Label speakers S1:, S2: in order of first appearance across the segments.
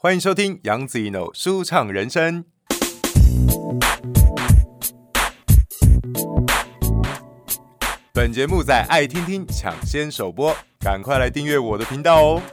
S1: 欢迎收听杨子 ino 舒畅人生。本节目在爱听听抢先首播，赶快来订阅我的频道哦！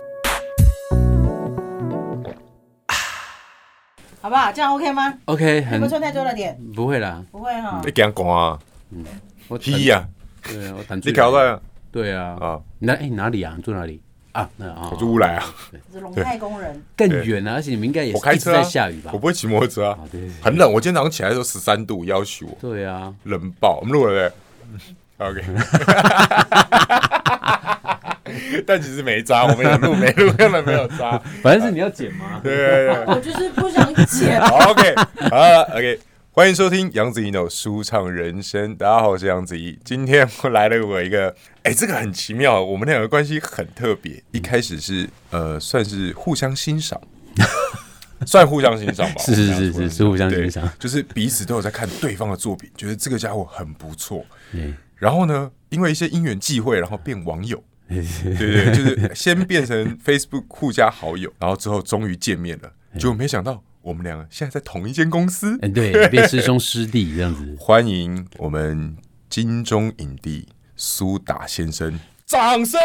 S2: 好不好？这样 OK 吗
S3: ？OK，
S2: 你们穿太多了点？
S3: 不会啦，
S2: 不会哈。
S1: 你给人讲啊？
S3: 我
S1: 屁呀！
S3: 对啊，我胆
S1: 你搞到呀？
S3: 对啊。
S1: 啊，
S3: 你哪里啊？你住哪里啊？
S1: 我住乌来啊。
S2: 是龙泰工人，
S3: 更远啊！而且你们应该也是一直
S1: 我开车
S3: 在下雨吧？
S1: 我不会骑摩托车啊。
S3: 对，
S1: 很冷，我今天早上起来的时候13度，要求我。
S3: 对啊，
S1: 冷爆。我们录了对。OK， 但其实没扎，我们有录没录根本没有扎，
S3: 反正是你要剪嘛。
S1: 对，
S2: 我就是不想剪。
S1: OK， 好了 ，OK， 欢迎收听杨子 ino 舒畅人生。大家好，我是杨子怡。今天我来了我一个，这个很奇妙，我们两个关系很特别。一开始是算是互相欣赏。算互相欣赏吧，
S3: 是互相欣赏，
S1: 就是彼此都有在看对方的作品，觉得这个家伙很不错。然后呢，因为一些因缘际会，然后变网友。对，就是先变成 Facebook 互加好友，然后之后终于见面了，结果没想到我们两个现在在同一间公司，
S3: 对，变师兄师弟这样子。
S1: 欢迎我们金钟影帝苏打先生。掌声！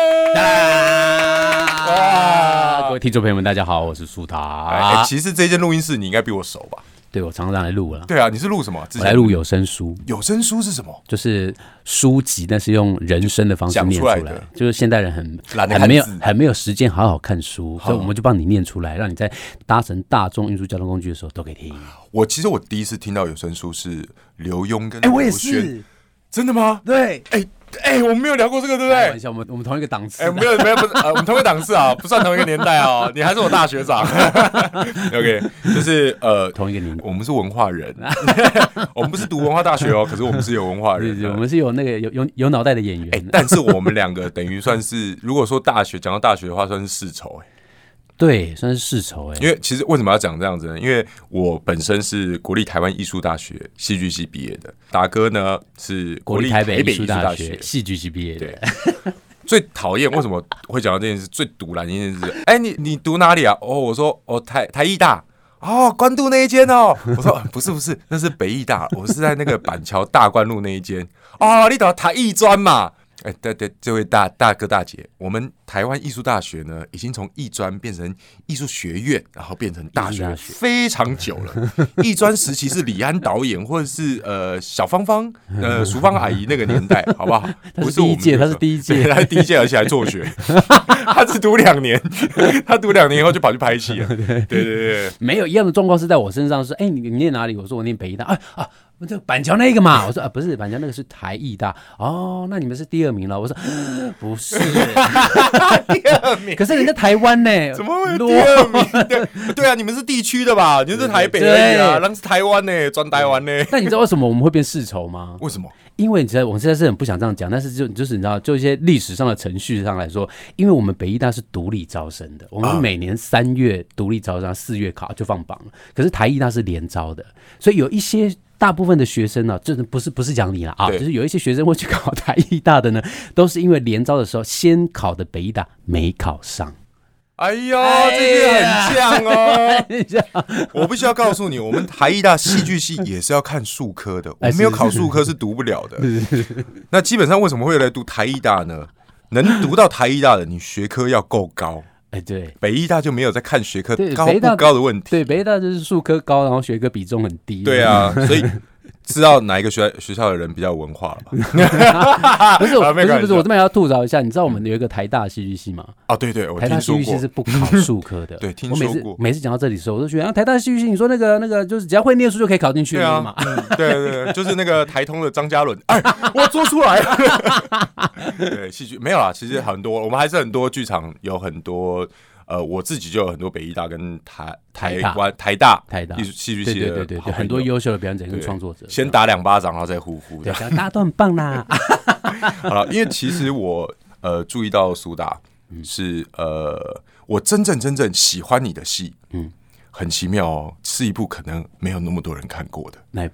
S3: 哇！各位听众朋友们，大家好，我是苏打。
S1: 其实这间录音室你应该比我熟吧？
S3: 对，我常常来录了。
S1: 对啊，你是录什么？
S3: 我来录有声书。
S1: 有声书是什么？
S3: 就是书籍，但是用人声的方式念出来。就是现代人很没有时间好好看书，所以我们就帮你念出来，让你在搭乘大众运输交通工具的时候都可以听。
S1: 其实我第一次听到有声书是刘墉跟
S3: 我也是。
S1: 真的吗？
S3: 对，
S1: 我们没有聊过这个，对不对？
S3: 开玩笑，我们同一个档次。
S1: 没有，我们同一个档次啊，不算同一个年代哦。你还是我大学长。OK， 就是
S3: 同一个年代。
S1: 我们是文化人，我们不是读文化大学哦，可是我们是有文化人。
S3: 对，我们是有那个有脑袋的演员。
S1: 但是我们两个等于算是，如果说讲到大学的话，算是世仇。
S3: 对，算是世仇。
S1: 因为其实为什么要讲这样子呢？因为我本身是国立台湾艺术大学戏剧系毕业的，达哥呢是国立台北艺术大学
S3: 戏剧系毕业的。
S1: 对，最讨厌为什么会讲到这件事？最毒辣的一件事，你读哪里啊？我说台艺大。关渡那一间哦。我说不是，那是北艺大，我是在那个板桥大观路那一间。你读台艺专嘛？对，这位大哥大姐，我们台湾艺术大学呢，已经从艺专变成艺术学院，然后变成大学非常久了。艺专时期是李安导演或者是小芳芳淑芳阿姨那个年代，好不好？
S3: 不是我们，他是第一届，
S1: 他是第一届，而且还辍学。他只读2年，他读2年以后就跑去拍戏了。对，
S3: 没有一样的状况是在我身上，是你念哪里？我说我念北艺大。这板桥那个嘛，我说不是板桥那个是台艺大。那你们是第2名了。我说不是，
S1: 第2名。
S3: 可是人家台湾呢？
S1: 怎么会第2名？对啊，你们是地区的吧？你们是台北而已啊，那是台湾呢，专台湾呢。
S3: 那你知道为什么我们会变世仇吗？
S1: 为什么？
S3: 因为你知道，我现在是很不想这样讲，但是就是你知道，就一些历史上的程序上来说，因为我们北艺大是独立招生的，我们每年3月独立招生，4月考就放榜了。可是台艺大是联招的，所以有一些大部分的学生呢，真的不是讲你啦就是有一些学生会去考台艺大的呢，都是因为联招的时候先考的北艺大没考上。
S1: 哎呦，这个很像哦！我必须要告诉你，我们台艺大戏剧系也是要看术科的，我们没有考术科是读不了的。那基本上为什么会来读台艺大呢？能读到台艺大的，你学科要够高。
S3: 对，
S1: 北艺大就没有在看学科高不高的问题。
S3: 对，北艺大就是术科高，然后学科比重很低。
S1: 对啊，所以知道哪一个学校的人比较有文化了吧？
S3: 不是，我这边要吐槽一下，你知道我们有一个台大戏剧系吗？
S1: 对，我
S3: 台大戏剧系是不考术科的。
S1: 对，听说过。
S3: 每次讲到这里的时候，我都觉得台大戏剧系，你说那个就是只要会念书就可以考进去了嘛？
S1: 对，就是那个台通的张嘉伦，我做出来了。对，戏剧没有啦，其实很多，我们还是很多剧场有很多。我自己就有很多北艺大跟台大艺术戏剧系的，
S3: 对，很多优秀的表演者跟创作者，
S1: 先打2巴掌，然后再呼。
S3: 对，大家都很棒啦。
S1: 好了，因为其实我注意到苏打是我真正喜欢你的戏，很奇妙哦，是一部可能没有那么多人看过的。
S3: 哪一部？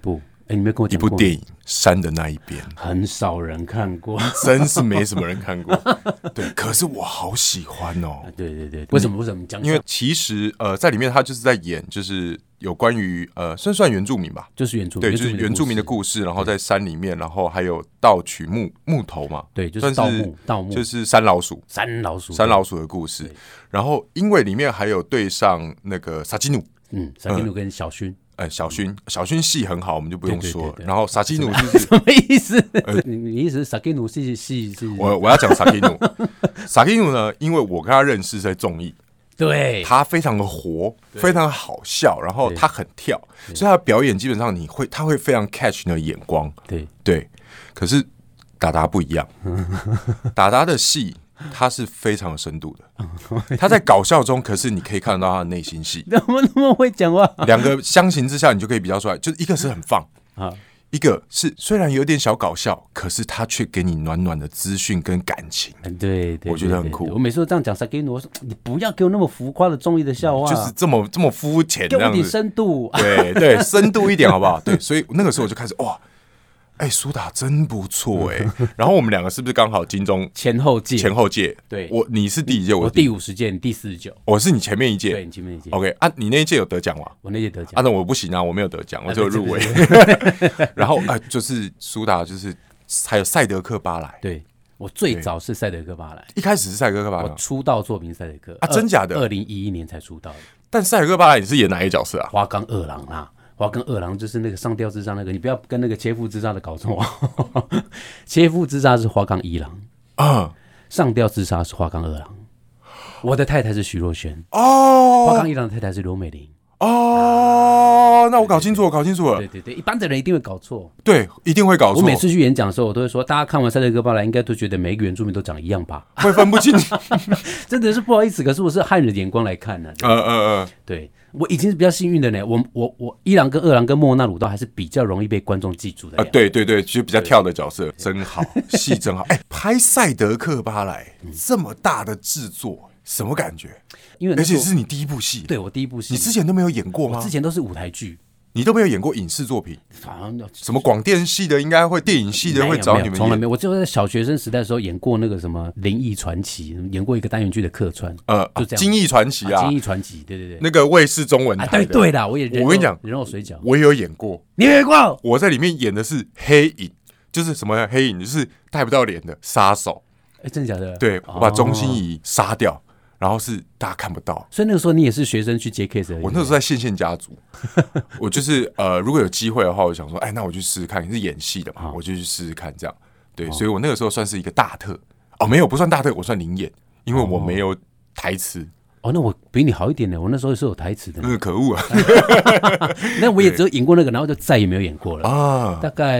S3: 你没有跟我
S1: 一
S3: 讲过
S1: 部电影《山的那一边》，
S3: 很少人看过。
S1: 真是没什么人看过。对，可是我好喜欢哦。
S3: 对，为什么讲？
S1: 因为其实在里面他就是在演，就是有关于算原住民吧，
S3: 就是原住民，
S1: 对，就是原住民的故事，然后在山里面，然后还有盗取木头嘛，
S3: 对，就是盗墓，
S1: 就是山老鼠的故事。然后因为里面还有对上那个萨基努，
S3: 萨基努跟小薰。
S1: 小薰戏很好，我们就不用说了。
S3: 对
S1: 然后萨基努就是
S3: 什么意思？你意思是萨基努是？
S1: 我要讲萨基努。萨基努呢，因为我跟他认识在综艺，
S3: 对，
S1: 他非常的活，非常好笑，然后他很跳，所以他的表演基本上他会非常 catch 你的眼光。对，可是达达不一样，达达的戏。他是非常有深度的，他在搞笑中，可是你可以看得到他的内心戏。
S3: 怎么那么会讲话？
S1: 两个相形之下，你就可以比较出来，就是一个是很放一个是虽然有点小搞笑，可是他却给你暖暖的资讯跟感情。
S3: 对，
S1: 我觉得很酷。
S3: 我每次都这样讲萨基努，我说你不要给我那么浮夸的综艺的笑话，
S1: 就是这么肤浅，
S3: 给我点深度。
S1: 对，深度一点好不好？对，所以那个时候我就开始哇。苏打真不错然后我们两个是不是刚好金钟
S3: 前后届？
S1: 对，你是第几届？
S3: 我第50届，你第49。
S1: 我是你前面一届，
S3: 对，你前面一届。
S1: OK 啊，你那一届有得奖吗？
S3: 我那届得奖
S1: 那我不行啊，我没有得奖，我只有入围。然后就是苏打，就是还有赛德克巴莱。
S3: 对，我最早是赛德克巴莱，
S1: 一开始是赛德克巴莱，
S3: 我出道作品赛德克
S1: 真假的
S3: ？2011年才出道的。
S1: 但赛德克巴莱你是演哪一个角色啊？
S3: 花岗二郎啊。花岗二郎就是那个上吊自杀那个，你不要跟那个切腹自杀的搞错。切腹自杀是花岗一郎上吊自杀是花岗二郎。我的太太是徐若瑄花岗一郎的太太是刘美玲
S1: 那我搞清楚了。
S3: 对，一般的人一定会搞错，
S1: 对，一定会搞错。
S3: 我每次去演讲的时候，我都会说，大家看完《赛德克巴莱》应该都觉得每一个原住民都长一样吧？
S1: 会分不清，
S3: 真的是不好意思。可是我是汉人的眼光来看呢。对，我已经是比较幸运的呢。我一郎跟二郎跟莫纳鲁道还是比较容易被观众记住的。
S1: 对，就比较跳的角色真好，戏真好。拍《赛德克巴莱》这么大的制作，什么感觉？因为而且是你第一部戏，
S3: 对我第一部戏，
S1: 你之前都没有演过吗？
S3: 我之前都是舞台剧。
S1: 你都没有演过影视作品，什么广电系的应该会，电影系的会找你们演。
S3: 从来没有，我只有在小学生时代的时候演过那个什么《灵异传奇》，演过一个单元剧的客串，就这样。
S1: 金翼传奇啊，
S3: 金翼传奇，对，
S1: 那个卫视中文台的。
S3: 对啦，我跟你讲，人肉水饺，
S1: 我也有演过。
S3: 你演过？
S1: 我在里面演的是黑影，就是什么黑影，就是带不到脸的杀手。
S3: 真的假的？
S1: 对，我把钟欣怡杀掉。然后是大家看不到，
S3: 所以那个时候你也是学生去接 case 而已。
S1: 我那时候在线家族，我就是如果有机会的话，我想说，那我去试试看，你是演戏的嘛，我就去试试看这样。对，所以我那个时候算是一个大特没有不算大特，我算零演，因为我没有台词。
S3: 那我比你好一点呢，我那时候是有台词的。
S1: 那个可恶啊！
S3: 那我也只有演过那个，然后就再也没有演过了大概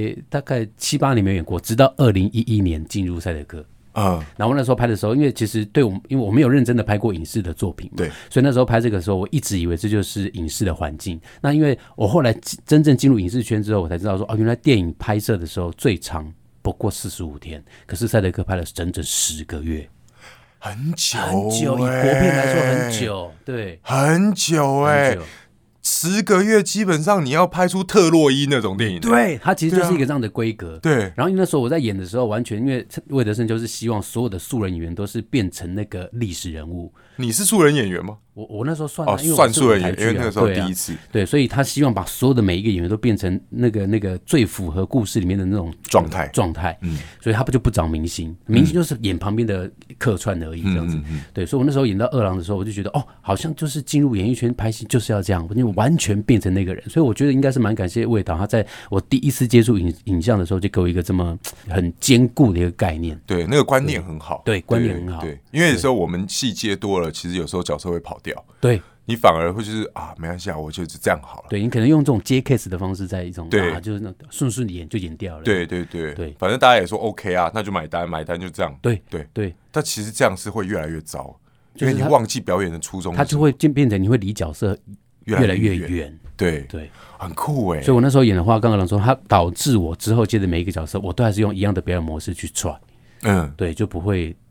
S3: 7、8年没有演过，直到2011年进入赛德克。然后那时候拍的时候，因为其实因为我没有认真的拍过影视的作品嘛，
S1: 对，
S3: 所以那时候拍这个时候，我一直以为这就是影视的环境。那因为我后来真正进入影视圈之后，我才知道说，原来电影拍摄的时候最长不过45天，可是赛德克拍了整整10个月，
S1: 很久，
S3: 以国片来说很久，对，
S1: 很久10个月基本上你要拍出特洛伊那种电影，
S3: 对，它其实就是一个这样的规格。
S1: 对，
S3: 然后那时候我在演的时候，完全因为魏德圣就是希望所有的素人演员都是变成那个历史人物。
S1: 你是素人演员吗？
S3: 我那时候算因为
S1: 算素人演员，因为那个时候第一次。
S3: 对，所以他希望把所有的每一个演员都变成那个最符合故事里面的那种状态。所以他就不找明星，明星就是演旁边的客串而已这样子。对，所以我那时候演到二郎的时候，我就觉得好像就是进入演艺圈拍戏就是要这样，因为完全变成那个人。所以我觉得应该是蛮感谢魏导，他在我第一次接触影像的时候，就给我一个这么很坚固的一个概念。
S1: 对，那个观念很好。
S3: 对，观念很好。
S1: 对，因为有时候我们戏接多了，其实有时候角色会跑掉。
S3: 对，
S1: 你反而会就是没关系我就是这样好了。
S3: 对，你可能用这种接 case 的方式，在一种就是那顺演就演掉了。
S1: 对，反正大家也说 OK 那就买单就这样。
S3: 对，
S1: 但其实这样是会越来越糟，因为你忘记表演的初衷，
S3: 它就会变成你会离角色越来越远。
S1: 对，很酷所
S3: 以我那时候演的话，刚刚说，它导致我之后接的每一个角色，我都还是用一样的表演模式去 try。对，就不会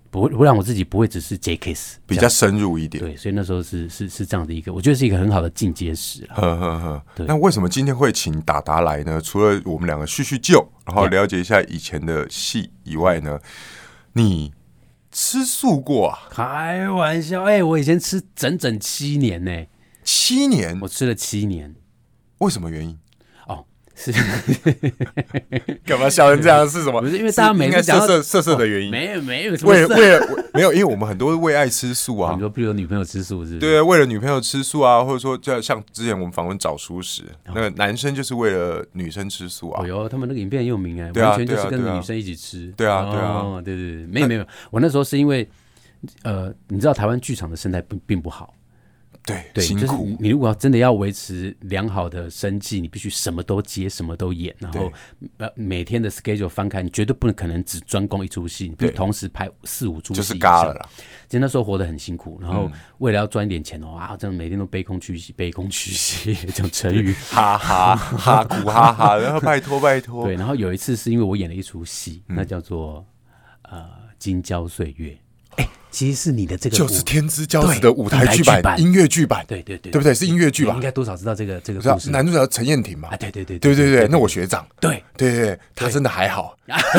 S3: 不让我自己不会只是 JKS
S1: 比较深入一点。
S3: 对，所以那时候是这样的一个，我觉得是一个很好的进阶史啦。
S1: 那为什么今天会请达达来呢？除了我们两个叙叙旧，然后了解一下以前的戏以外呢，你吃素过啊？
S3: 开玩笑，我以前吃整整7年呢
S1: ，7年，
S3: 我吃了7年，
S1: 为什么原因？
S3: 是
S1: 干嘛笑成这样？是什么？
S3: 不是因为大家每次讲到
S1: 色的原因，
S3: 没有
S1: 为了没有，因为我们很多为爱吃素啊。
S3: 你说，比如女朋友吃素是不是？
S1: 对，为了女朋友吃素啊，或者说就像之前我们访问找书时，那个男生就是为了女生吃素啊。
S3: 哦哟，他们那个影片很有名
S1: 对啊，
S3: 完全就是跟女生一起吃。
S1: 对啊，
S3: 对，没有，我那时候是因为你知道台湾剧场的生态并不好。对，
S1: 辛苦。
S3: 就是你如果真的要维持良好的生计，你必须什么都接，什么都演，然后每天的 schedule 翻开，你绝对不可能只专攻一出戏，你必须同时拍4、5出戏，
S1: 就是嘎了啦。
S3: 其实那时候活得很辛苦，然后为了要赚一点钱这样每天都卑躬屈膝，讲成语，
S1: 哈哈哈苦哈哈，然后拜托。
S3: 对，然后有一次是因为我演了一出戏，那叫做金交岁月。其实是你的这个
S1: 就是天之骄子的舞台剧版、音乐剧版，
S3: 对
S1: 不对？是音乐剧吧？
S3: 应该多少知道这个故事。
S1: 男主角陈燕婷嘛？
S3: 对，
S1: 那我学长，
S3: 对，
S1: 他真的还好，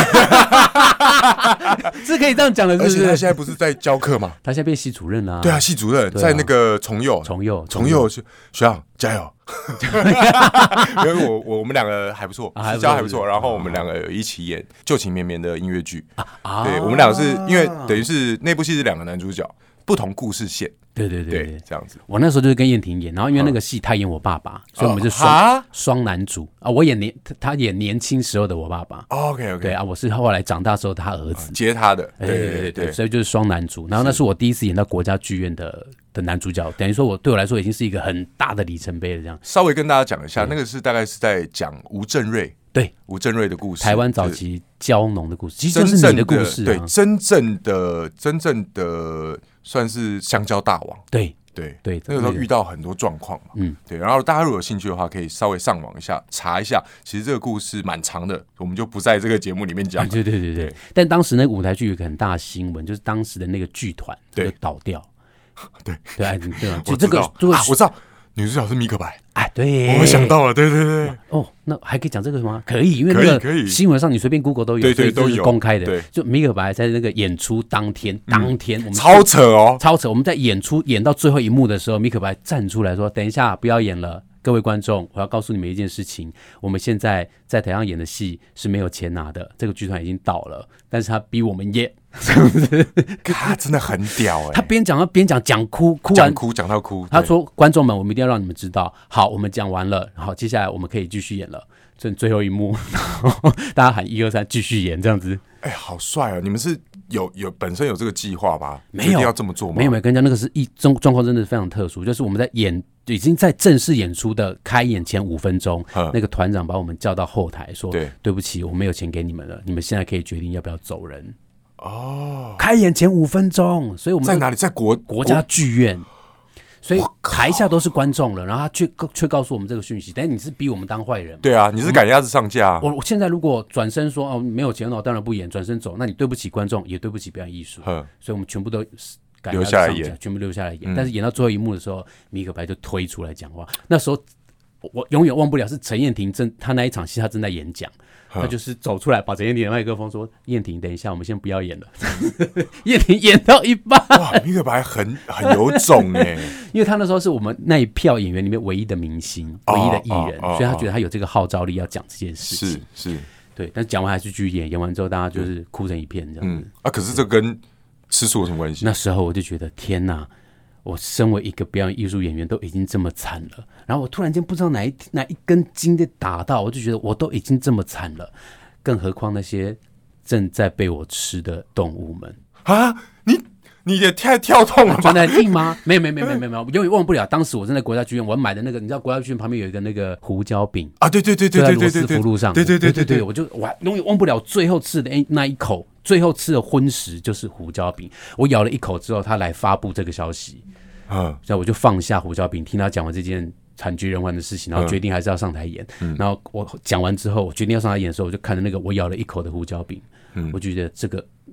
S3: 是可以这样讲的，
S1: 而且他现在不是在教课吗？
S3: 他现在变系主任啦。
S1: 对啊，系主任在那个重幼学长加油。因为我们两个还不错，私交还不错，然后我们两个有一起演旧情绵绵的音乐剧。对，我们两个是因为等于是那部戏是2个男主角，不同故事线。对，这样子。
S3: 我那时候就是跟燕婷演，然后因为那个戏他演我爸爸，所以我们是双男主啊。我演他演年轻时候的我爸爸。
S1: OK，
S3: 对啊，我是后来长大时候他儿子
S1: 接他的。
S3: 对，所以就是双男主。然后那是我第一次演到国家剧院的男主角，等于说对我来说已经是一个很大的里程碑了。这样
S1: 稍微跟大家讲一下，那个是大概是在讲吴镇瑞。
S3: 对，
S1: 吴镇瑞的故事，
S3: 台湾早期蕉农的故事，其实就是你的故事。
S1: 对，真正的算是香蕉大王。对，那个时候遇到很多状况嘛。对。然后大家如果有兴趣的话，可以稍微上网一下查一下。其实这个故事蛮长的，我们就不在这个节目里面讲。
S3: 对。但当时那个舞台剧有一个很大的新闻，就是当时的那个剧团就倒掉。对，
S1: 我知道，我知道。女主角是米可白，
S3: 对，
S1: 我想到了，对。
S3: 那还可以讲这个吗？可以，因为那个新闻上你随便 Google 都有，
S1: 对，都有
S3: 公开的。
S1: 对，
S3: 就米可白在那个演出当天，我们
S1: 超扯哦，
S3: 超扯。我们在演到最后一幕的时候，米可白站出来说：“等一下，不要演了。各位观众，我要告诉你们一件事情，我们现在在台上演的戏是没有钱拿的，这个剧团已经倒了，但是他逼我们演。”
S1: 他真的很屌
S3: 他边讲讲哭
S1: 讲到哭。
S3: 他说：“观众们，我们一定要让你们知道，好，我们讲完了，然后接下来我们可以继续演了。最后一幕，大家喊1、2、3，继续演这样子。
S1: 好帅啊！你们是有本身有这个计划吧？
S3: 没有
S1: 要这么做吗？
S3: 没有，跟你讲，那个是状况真的是非常特殊，就是我们在已经在正式演出的开演前5分钟，那个团长把我们叫到后台说：对不起，我没有钱给你们了，你们现在可以决定要不要走人。开演前5分钟，所以我们
S1: 在哪里？在国
S3: 家剧院，所以台下都是观众了，然后他却告诉我们这个讯息，但是你是逼我们当坏人。
S1: 对啊，你是赶鸭子上架。
S3: 我现在如果转身说没有钱了，我当然不演，转身走，那你对不起观众，也对不起表演艺术。所以我们全部都赶鸭子上架，全部留下来演。但是演到最后一幕的时候，米可白就推出来讲话。那时候我永远忘不了，是陈燕婷他那一场戏，他正在演讲。他就是走出来，把陈燕婷的麦克风说：“燕婷，等一下，我们先不要演了。”燕婷演到一半，
S1: 哇，米可白很有种哎，
S3: 因为他那时候是我们那一票演员里面唯一的明星、唯一的艺人，所以他觉得他有这个号召力要讲这件事情。
S1: 是，
S3: 对。但讲完还是继续演完之后大家就是哭成一片这样子。
S1: 可是这跟吃素有什么关系？
S3: 那时候我就觉得天哪！我身为一个表演艺术演员都已经这么惨了，然后我突然间不知道哪一根筋的打到，我就觉得我都已经这么惨了，更何况那些正在被我吃的动物们
S1: 啊！你也太跳动了吧？
S3: 真的很硬吗？没有，我永远忘不了。当时我正在国家剧院，我买的那个，你知道国家剧院旁边有一个那个胡椒饼
S1: 啊？对，
S3: 在罗斯福路上，
S1: 对，
S3: 我永远忘不了最后吃的那一口，最后吃的荤食就是胡椒饼。我咬了一口之后，他来发布这个消息，所以我就放下胡椒饼，听他讲完这件惨绝人寰的事情，然后决定还是要上台演。然后我讲完之后，我决定要上台演的时候，我就看着那个我咬了一口的胡椒饼，我就觉得这个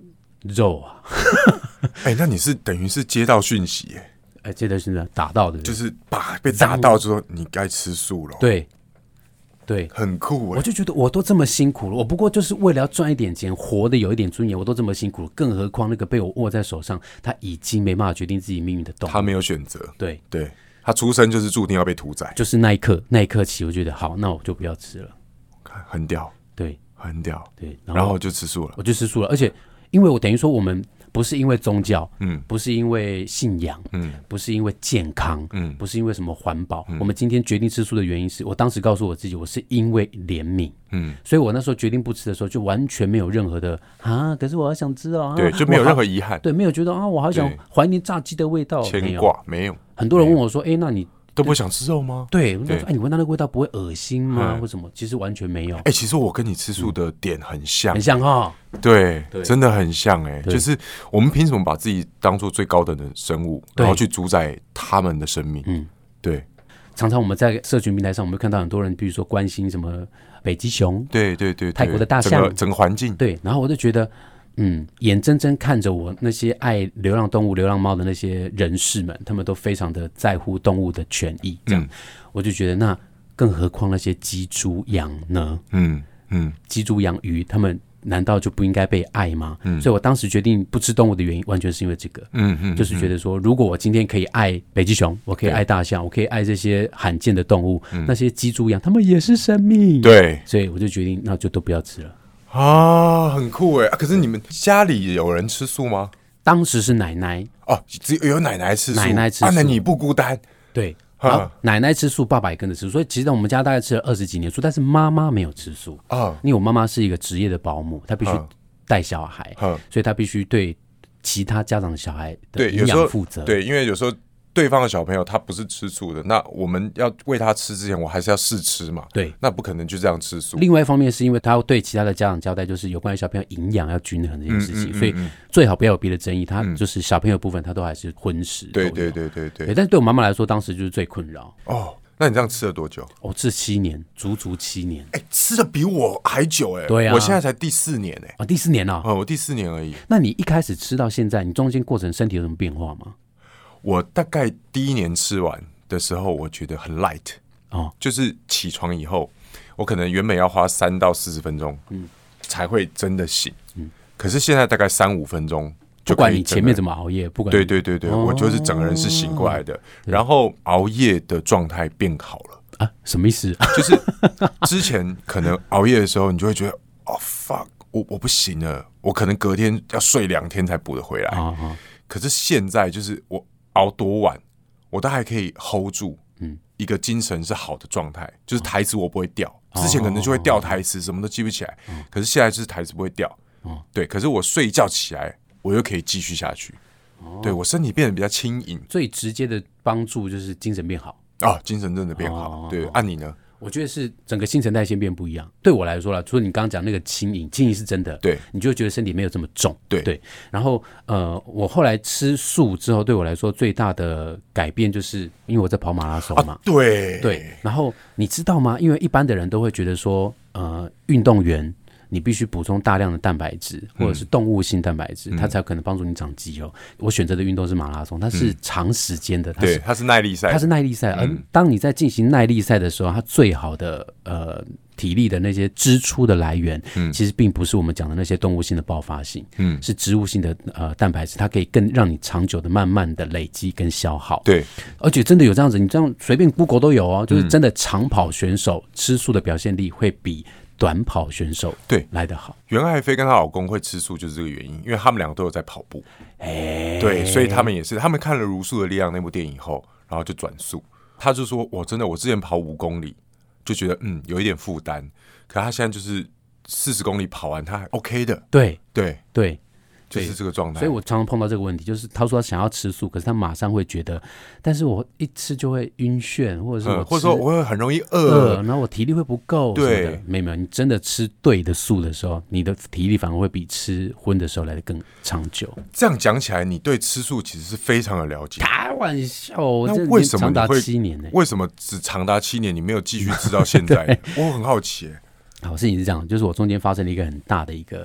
S3: 肉啊，
S1: 那你是等于是接到讯息耶，
S3: 接着是打到的，
S1: 就是被打到之后，你该吃素了。
S3: 对，对，
S1: 很酷
S3: 我就觉得我都这么辛苦了，我不过就是为了要赚一点钱，活得有一点尊严，我都这么辛苦了，更何况那个被我握在手上，他已经没办法决定自己命运的动物，
S1: 他没有选择，
S3: 对，
S1: 他出生就是注定要被屠宰，
S3: 就是那一刻起，我觉得好，那我就不要吃了，
S1: 很屌，
S3: 对，
S1: 很屌，
S3: 对，
S1: 然后就吃素了，
S3: 我就吃素了，而且因为我等于说我们不是因为宗教，不是因为信仰，不是因为健康，不是因为什么环保，我们今天决定吃素的原因是我当时告诉我自己，我是因为怜悯，所以我那时候决定不吃的时候，就完全没有任何的可是我好想吃
S1: 对，就没有任何遗憾，
S3: 对，没有觉得我好想怀念炸鸡的味道，
S1: 牵挂没有。
S3: 很多人问我说，那你
S1: 都不想吃肉吗？
S3: 对，我就说，你闻到那个味道不会恶心吗？或什么？其实完全没有。
S1: 其实我跟你吃素的点很像，
S3: 很像哈。
S1: 对，真的很像就是我们凭什么把自己当做最高等的生物，然后去主宰他们的生命？对。
S3: 常常我们在社群平台上，我们会看到很多人，比如说关心什么北极熊，
S1: 对，
S3: 泰国的大象，
S1: 整个环境，
S3: 对。然后我就觉得，眼睁睁看着我那些爱流浪动物、流浪猫的那些人士们，他们都非常的在乎动物的权益，这样，我就觉得那更何况那些鸡、猪、羊呢？鸡、猪、羊、鱼，他们难道就不应该被爱吗？所以我当时决定不吃动物的原因，完全是因为这个，就是觉得说，如果我今天可以爱北极熊，我可以爱大象，我可以爱这些罕见的动物，那些鸡、猪、羊，他们也是生命，
S1: 对，
S3: 所以我就决定，那就都不要吃了。
S1: 很酷可是你们家里有人吃素吗？
S3: 当时是奶奶
S1: 只有奶奶吃素，
S3: 奶奶吃素，
S1: 那你不孤单。
S3: 对，好，奶奶吃素，爸爸也跟着吃素，所以其实我们家大概吃了20几年素，但是妈妈没有吃素因为我妈妈是一个职业的保姆，她必须带小孩，所以她必须对其他家长的小孩的营养负责。
S1: 对，因为有时候对方的小朋友他不是吃素的，那我们要喂他吃之前，我还是要试吃嘛。
S3: 对，
S1: 那不可能就这样吃素。
S3: 另外一方面是因为他要对其他的家长交代，就是有关于小朋友营养要均衡这件事情，所以最好不要有别的争议。他就是小朋友的部分，他都还是荤食。
S1: 对。
S3: 但是对我妈妈来说，当时就是最困扰。
S1: 那你这样吃了多久？
S3: 吃7年，足7年。
S1: 吃的比我还久
S3: 对啊，
S1: 我现在才第4年
S3: 第4年啊。
S1: 我第4年而已。
S3: 那你一开始吃到现在，你中间过程身体有什么变化吗？
S1: 我大概第1年吃完的时候，我觉得很 light，就是起床以后，我可能原本要花3到40分钟，才会真的醒，可是现在大概3-5分钟就可以，
S3: 不管你前面怎么熬夜，不管
S1: 对，我就是整个人是醒过来的，然后熬夜的状态变好了
S3: 什么意思？
S1: 就是之前可能熬夜的时候，你就会觉得fuck， 我不行了，我可能隔天要睡2天才补得回来，可是现在就是我熬多晚，我都还可以 hold 住，一个精神是好的状态，就是台词我不会掉，之前可能就会掉台词，什么都记不起来，可是现在就是台词不会掉，对，可是我睡一觉起来，我又可以继续下去，对，我身体变得比较轻盈，
S3: 最直接的帮助就是精神变好
S1: 精神真的变好，对，你呢？
S3: 我觉得是整个新陈代谢变不一样。对我来说啦，除了你刚刚讲那个轻盈是真的，
S1: 对，
S3: 你就会觉得身体没有这么重，
S1: 对。
S3: 然后我后来吃素之后，对我来说最大的改变就是因为我在跑马拉松嘛，对。然后你知道吗？因为一般的人都会觉得说，运动员你必须补充大量的蛋白质或者是动物性蛋白质，它才有可能帮助你长肌肉。我选择的运动是马拉松，它是长时间的，
S1: 它是耐力赛，
S3: 而当你在进行耐力赛的时候，它最好的体力的那些支出的来源，其实并不是我们讲的那些动物性的爆发性，是植物性的蛋白质，它可以更让你长久的慢慢的累积跟消耗。
S1: 对，
S3: 而且真的有这样子，你这样随便 Google 都有就是真的长跑选手吃素的表现力会比短跑选手来得好。
S1: 袁爱妃跟她老公会吃素就是这个原因，因为他们2个都有在跑步，对，所以他们也是，他们看了《茹素的力量》那部电影以后，然后就转素。他就说：“我之前跑5公里就觉得有一点负担，可他现在就是40公里跑完，他还 OK 的。”对，就是这个状态。
S3: 所以我常常碰到这个问题，就是他说他想要吃素，可是他马上会觉得，但是我一吃就会晕眩，或者是
S1: 说我会很容易饿，
S3: 然后我体力会不够。对，没有，你真的吃对的素的时候，你的体力反而会比吃荤的时候来得更长久。
S1: 这样讲起来，你对吃素其实是非常的了解。
S3: 开玩笑，
S1: 那为什么你会
S3: 长达7年呢？
S1: 为什么只长达7年，你没有继续吃到现在？我很好奇。
S3: 好，事情是这样，就是我中间发生了一个很大的一个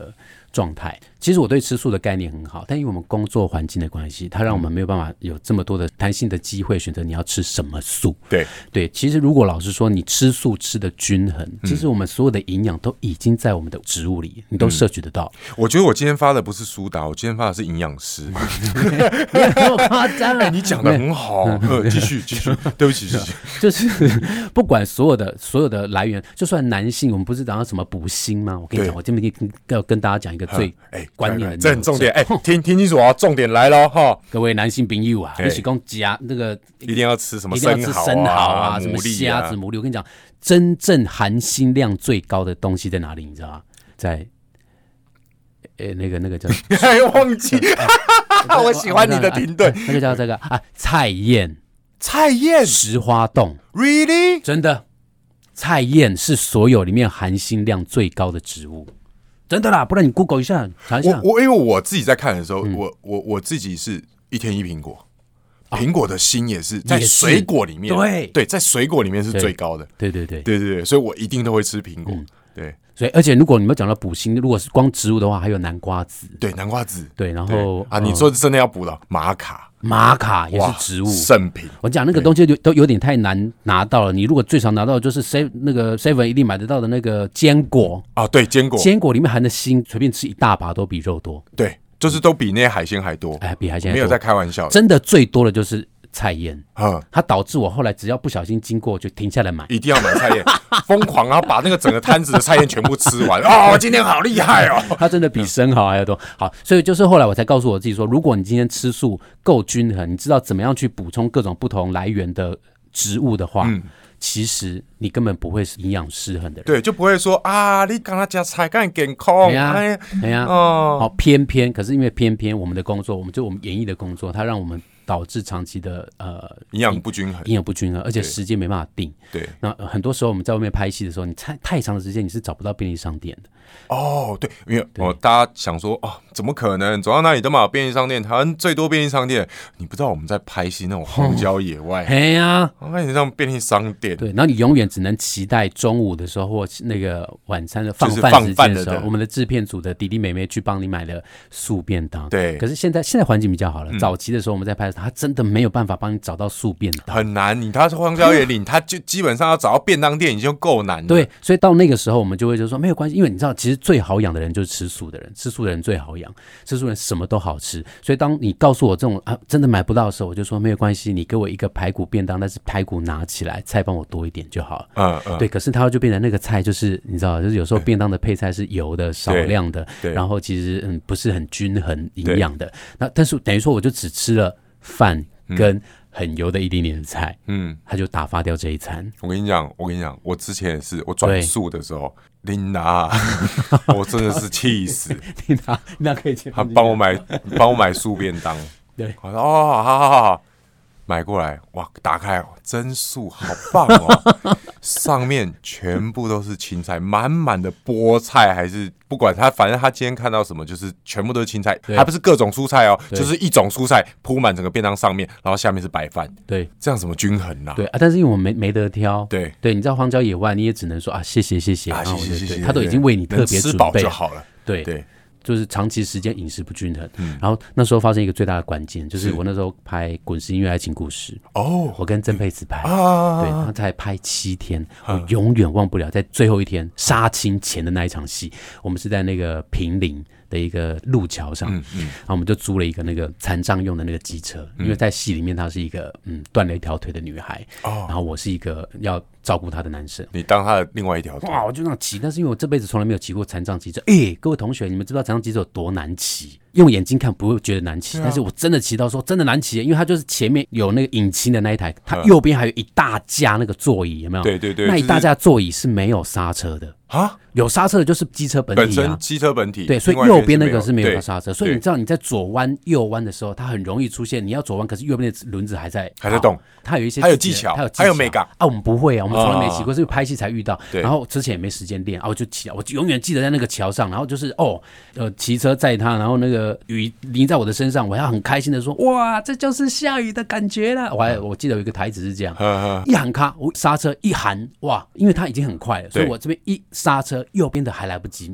S3: 状态。其实我对吃素的概念很好，但因为我们工作环境的关系，它让我们没有办法有这么多的弹性的机会选择你要吃什么素。对，其实如果老实说你吃素吃的均衡，其实我们所有的营养都已经在我们的植物里，你都摄取得到。
S1: 我觉得我今天发的不是苏打，我今天发的是营养师。
S3: 没有那么夸张了，
S1: 你讲的很好，继续，对不起，
S3: 就是不管所有的来源，就算男性，我们不是讲到什么补锌吗？我跟你讲，我今天要跟大家讲一个最观念的，
S1: 这很重点，听清楚啊，重点来了哈！
S3: 各位男性朋友啊，你是讲加那个
S1: 一定要吃什么
S3: 一定要吃生蚝啊，什么虾子、牡蛎。我跟你讲，真正含锌量最高的东西在哪里？你知道吗？在那个叫
S1: 忘记，我喜欢你的停顿，
S3: 那个叫这个菜燕，石花冻
S1: ，really
S3: 真的，菜燕是所有里面含锌量最高的植物。真的啦，不然你 Google 一下，查一下。
S1: 因为我自己在看的时候，我自己是一天一苹果，苹果的锌也是在水果里面，对，在水果里面是最高的，对，所以我一定都会吃苹果，对。
S3: 所以，而且如果你们讲到补锌，如果是光植物的话，还有南瓜子，
S1: 对，南瓜子，
S3: 对，然后
S1: 你说真的要补的玛卡
S3: 也是植物
S1: 圣品。
S3: 我讲那个东西都有点太难拿到了。你如果最常拿到的就是那个 Seven 一定买得到的那个坚果
S1: 啊，对，坚
S3: 果里面含的锌，随便吃一大把都比肉多。
S1: 对，就是都比那些海鲜还多。
S3: 比海鲜还多，
S1: 没有在开玩笑的。
S3: 真的最多的就是菜燕，它导致我后来只要不小心经过就停下来买，
S1: 一定要买菜燕，疯狂然后把那个整个摊子的菜燕全部吃完。今天好厉害哦！
S3: 它真的比生蚝还要多。好，所以就是后来我才告诉我自己说，如果你今天吃素够均衡，你知道怎么样去补充各种不同来源的植物的话，其实你根本不会是营养失衡的人，
S1: 对，就不会说你刚才吃菜干健康，
S3: 好，偏可是因为偏我们的工作，我们演艺的工作，它让我们导致长期的
S1: 营养不均衡，
S3: 而且时间没办法定。
S1: 对，
S3: 那很多时候我们在外面拍戏的时候，你太长的时间你是找不到便利商店的。
S1: 对，因为大家想说怎么可能走到哪里都买有便利商店？台湾最多便利商店，你不知道我们在拍戏那种荒郊野外，那你像便利商店，
S3: 对，然后你永远只能期待中午的时候或那个晚餐的放饭时间的时候，我们的制片组的弟弟妹妹去帮你买了素便当。
S1: 对，
S3: 可是现在环境比较好了，早期的时候我们在拍的时候，他真的没有办法帮你找到素便当，
S1: 很难。他是荒郊野岭，他就基本上要找到便当店已经够难了。
S3: 对，所以到那个时候我们就会说没有关系，因为你知道，其实最好养的人就是吃素的人，吃素的人最好养，吃素的人什么都好吃。所以当你告诉我这种真的买不到的时候，我就说没有关系，你给我一个排骨便当，但是排骨拿起来，菜帮我多一点就好了。对，可是它就变成那个菜就是你知道，就是有时候便当的配菜是油的、少量的，然后其实不是很均衡营养的。那但是等于说我就只吃了饭跟很油的一点点的菜，他就打发掉这一餐。
S1: 我跟你讲，我之前也是，我转素的时候，琳达，我真的是气死。
S3: 琳达可以去，
S1: 他帮我买素便当，
S3: 对，
S1: 我说好，买过来，哇，打开真素，好棒哦！上面全部都是青菜，满满的菠菜，还是不管他，反正他今天看到什么，就是全部都是青菜，还不是各种蔬菜哦，就是一种蔬菜铺满整个便当上面，然后下面是白饭，
S3: 对，
S1: 这样怎么均衡啊？
S3: 对但是因为我们没得挑，
S1: 对，
S3: 你知道荒郊野外，你也只能说谢谢，
S1: 谢，
S3: 他都已经为你特别准备，
S1: 吃饱就好了，
S3: 对。就是长期时间饮食不均衡，然后那时候发生一个最大的关键，就是我那时候拍《滚石音乐爱情故事》我跟曾沛慈拍，对，他才拍7天，我永远忘不了，在最后一天杀青前的那一场戏，我们是在那个坪林的一个路桥上，然后我们就租了一个那个残障用的那个机车，因为在戏里面她是一个断了一条腿的女孩，然后我是一个要照顾她的男生，
S1: 你当她的另外一条腿，
S3: 我就那样骑，但是因为我这辈子从来没有骑过残障机车，各位同学，你们知道残障机车有多难骑？用眼睛看不会觉得难骑，但是我真的骑到说真的难骑，因为它就是前面有那个引擎的那一台，它右边还有一大架那个座椅，有没有？
S1: 对，
S3: 那一大架座椅是没有刹车的有刹车的就是机车本体
S1: 本身机车本体，
S3: 对，所以右边那个是没有刹车，所以你知道你在左弯右弯的时候，它很容易出现你要左弯，可是右边的轮子还在
S1: 动，
S3: 它有一些
S1: 还有技巧，还有美感
S3: 我们不会我们从来没骑过，是拍戏才遇到，然后之前也没时间练我就骑我永远记得在那个桥上，然后就是骑车载他，然后那个雨淋在我的身上，我要很开心的说哇，这就是下雨的感觉啦。我记得有一个台词是这样，一喊咔，我刹车一喊哇，因为它已经很快了，所以我这边一刹车，右边的还来不及慢，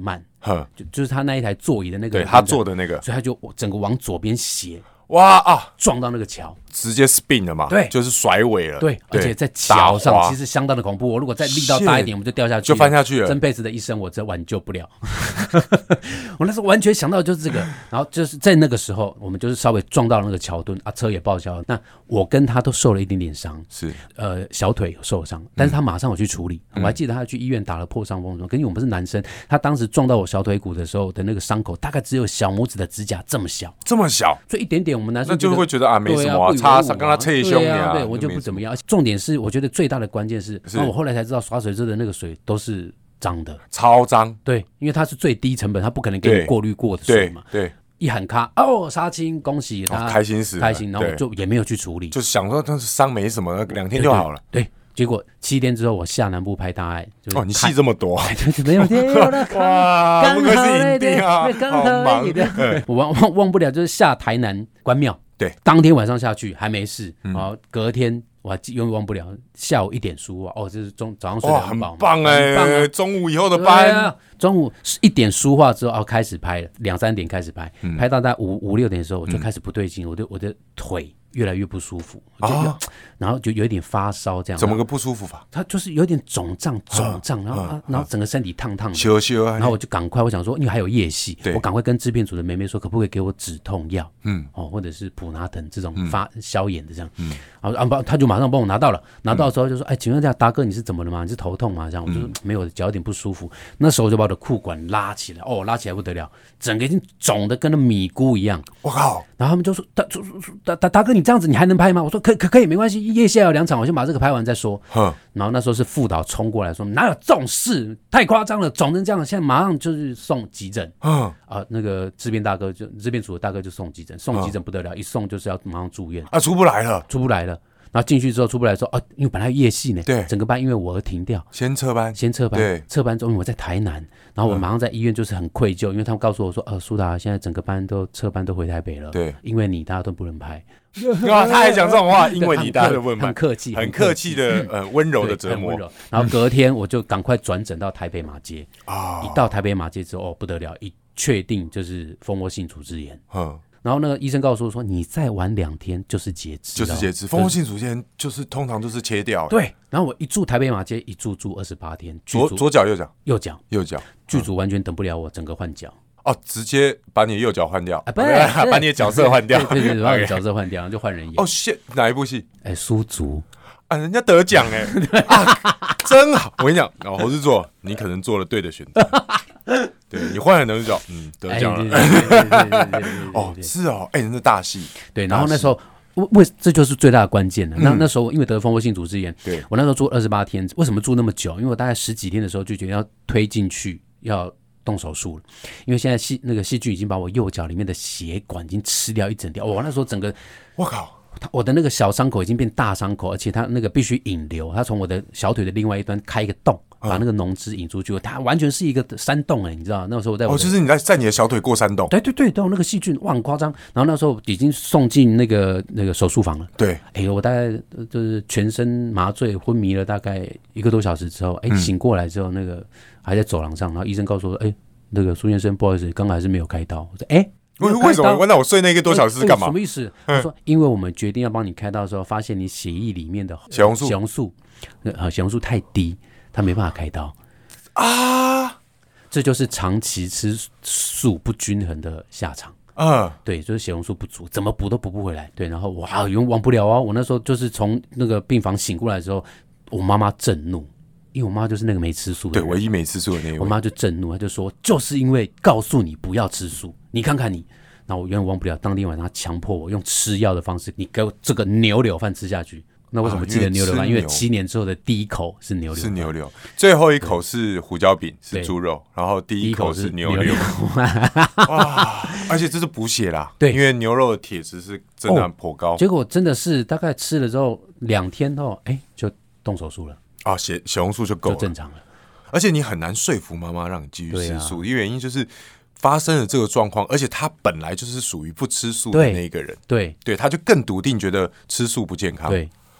S3: 就是他那一台座椅的那个，
S1: 对他坐的那个，
S3: 所以他就整个往左边斜，
S1: 哇啊，
S3: 撞到那个桥，
S1: 直接 spin 了嘛，
S3: 对，
S1: 就是甩尾了，
S3: 对，而且在桥上其实相当的恐怖。我如果再力道大一点，我们就掉下去，
S1: 就翻下去了。
S3: 真辈子的一生，我真挽救不了。我那时候完全想到的就是这个，然后就是在那个时候，我们就是稍微撞到了那个桥墩啊，车也报销了。那我跟他都受了一点点伤，
S1: 是
S3: 小腿有受伤，但是他马上有去处理。我还记得他去医院打了破伤风，可是我们是男生，他当时撞到我小腿骨的时候的那个伤口，大概只有小拇指的指甲这么小，
S1: 这么小，
S3: 所以一点点我们男生
S1: 那就会觉得啊没什么，擦刚刚侧胸呀，
S3: 对我就不怎么样。重点是，我觉得最大的关键是，我后来才知道洒水车的那个水都是脏的，
S1: 超脏。
S3: 对，因为它是最低成本，它不可能给你过滤过的水嘛。
S1: 对，
S3: 一喊卡哦，杀青，恭喜他，
S1: 开心死了，
S3: 开心，然后我就也没有去处理，
S1: 就想说但是伤没什么，2天就好了。
S3: 对。结果7天之后，我下南部拍大爱，
S1: 哦，你戏这么多，
S3: 没有
S1: 哇，不愧是影帝啊，好忙。
S3: 我忘不了，就是下台南关庙，
S1: 对，
S3: 当天晚上下去还没事，然后隔天我还永远忘不了，下午1点书啊，这是早上睡得很饱，
S1: 很棒哎，中午以后的班，
S3: 中午1点书画之后，开始拍了，2、3点开始拍，拍到大概5、6点的时候，我就开始不对劲，我的腿越来越不舒服，然后就有一点发烧这样。
S1: 怎么个不舒服法？
S3: 它就是有点肿胀，然后整个身体烫烫的，然后我就赶快，我想说，因为还有夜戏，我赶快跟制片组的妹妹说，可不可以给我止痛药，或者是普拿疼这种消炎的这样，然后他就马上帮我拿到了，拿到的时候就说，请问一下达哥你是怎么了吗？你是头痛吗？这样我就说没有，脚有点不舒服。那时候我就把我的裤管拉起来，拉起来不得了，整个已经肿的跟那米糊一样，
S1: 我靠！
S3: 然后他们就说达哥你这样子你还能拍吗？我说可以没关系，夜戏有2场，我先把这个拍完再说。然后那时候是副导冲过来说哪有这种事，太夸张了，肿成这样，现在马上就是送急诊。那个制片大哥就制片组的大哥就送急诊，送急诊不得了，一送就是要马上住院
S1: 啊，出不来了。
S3: 然后进去之后出不来说因为本来有夜戏呢，
S1: 对，
S3: 整个班因为我而停掉，
S1: 先撤班，
S3: 对，撤班之后因为我在台南，然后我马上在医院就是很愧疚，因为他们告诉我说苏达现在整个班都撤班都回台北了，
S1: 对，
S3: 因为你大家都不能拍。
S1: 他还讲这种话，因为你大家都不能拍，
S3: 很客气，
S1: 很客气的温柔的折磨。
S3: 然后隔天我就赶快转诊到台北马街一到台北马街之后不得了，一确定就是蜂窝性组织炎。然后那个医生告诉我说，你再晚2天就是截肢，
S1: 蜂窝性组织炎就是通常就是切掉。
S3: 对，然后我一住台北马街，一住28天，
S1: 左脚
S3: 右脚，剧组完全等不了我，整个换脚。
S1: 直接把你的右脚换掉，
S3: 不是
S1: 把你的角色换掉，
S3: 对，把你的角色换掉，然后就换人演。
S1: 哪一部戏？
S3: 苏竹
S1: 人家得奖真好。我跟你讲，侯制作，你可能做了对的选择。对，你换了男主角，得奖了。是那是大戏。
S3: 对，然后那时候这就是最大的关键了。那时候因为得蜂窝性组织炎，对我那时候住28天，为什么住那么久？因为我大概10几天的时候就觉得要推进去，要动手术了，因为现在那个细菌已经把我右脚里面的血管已经吃掉一整条。我那时候整个，
S1: 我靠！
S3: 我的那个小伤口已经变大伤口，而且它那个必须引流，它从我的小腿的另外一端开一个洞，把那个脓汁引出去，它完全是一个山洞你知道？那时候我在
S1: 就是你在你的小腿过山洞，
S3: 对，都那个细菌很夸张。然后那时候已经送进那个手术房了，
S1: 对，
S3: 我大概就是全身麻醉昏迷了大概1个多小时之后，醒过来之后那个还在走廊上，然后医生告诉我说，那个苏先生不好意思，刚刚还是没有开刀。我说
S1: 为什么？那我睡那1个多小时是干嘛？
S3: 什么意思？他说，因为我们决定要帮你开刀的时候，发现你血液里面的血红素太低，他没办法开刀啊。这就是长期吃素不均衡的下场。对，就是血红素不足，怎么补都补不回来。对，然后永远忘不了我那时候就是从那个病房醒过来的时候，我妈妈震怒。因为我妈就是那个没吃素的人，
S1: 对，唯一没吃素的那一位。
S3: 我妈就震怒，她就说，就是因为告诉你不要吃素，你看看你。那我永远忘不了，当天晚上她强迫我用吃药的方式，你给我这个牛柳饭吃下去。那为什么记得牛柳饭？因为7年之后的第一口是牛柳，
S1: 是牛柳，最后一口是胡椒饼，是猪肉，然后第一口是牛柳。哇！而且这是补血啦，对，因为牛肉的铁质是真的颇高。
S3: 结果真的是大概吃了之后2天后，就动手术了。
S1: 血红素就够了，
S3: 就正常了。
S1: 而且你很难说服妈妈让你继续吃素，因为原因就是发生了这个状况，而且她本来就是属于不吃素的那一个人，对，她就更笃定觉得吃素不健康。对，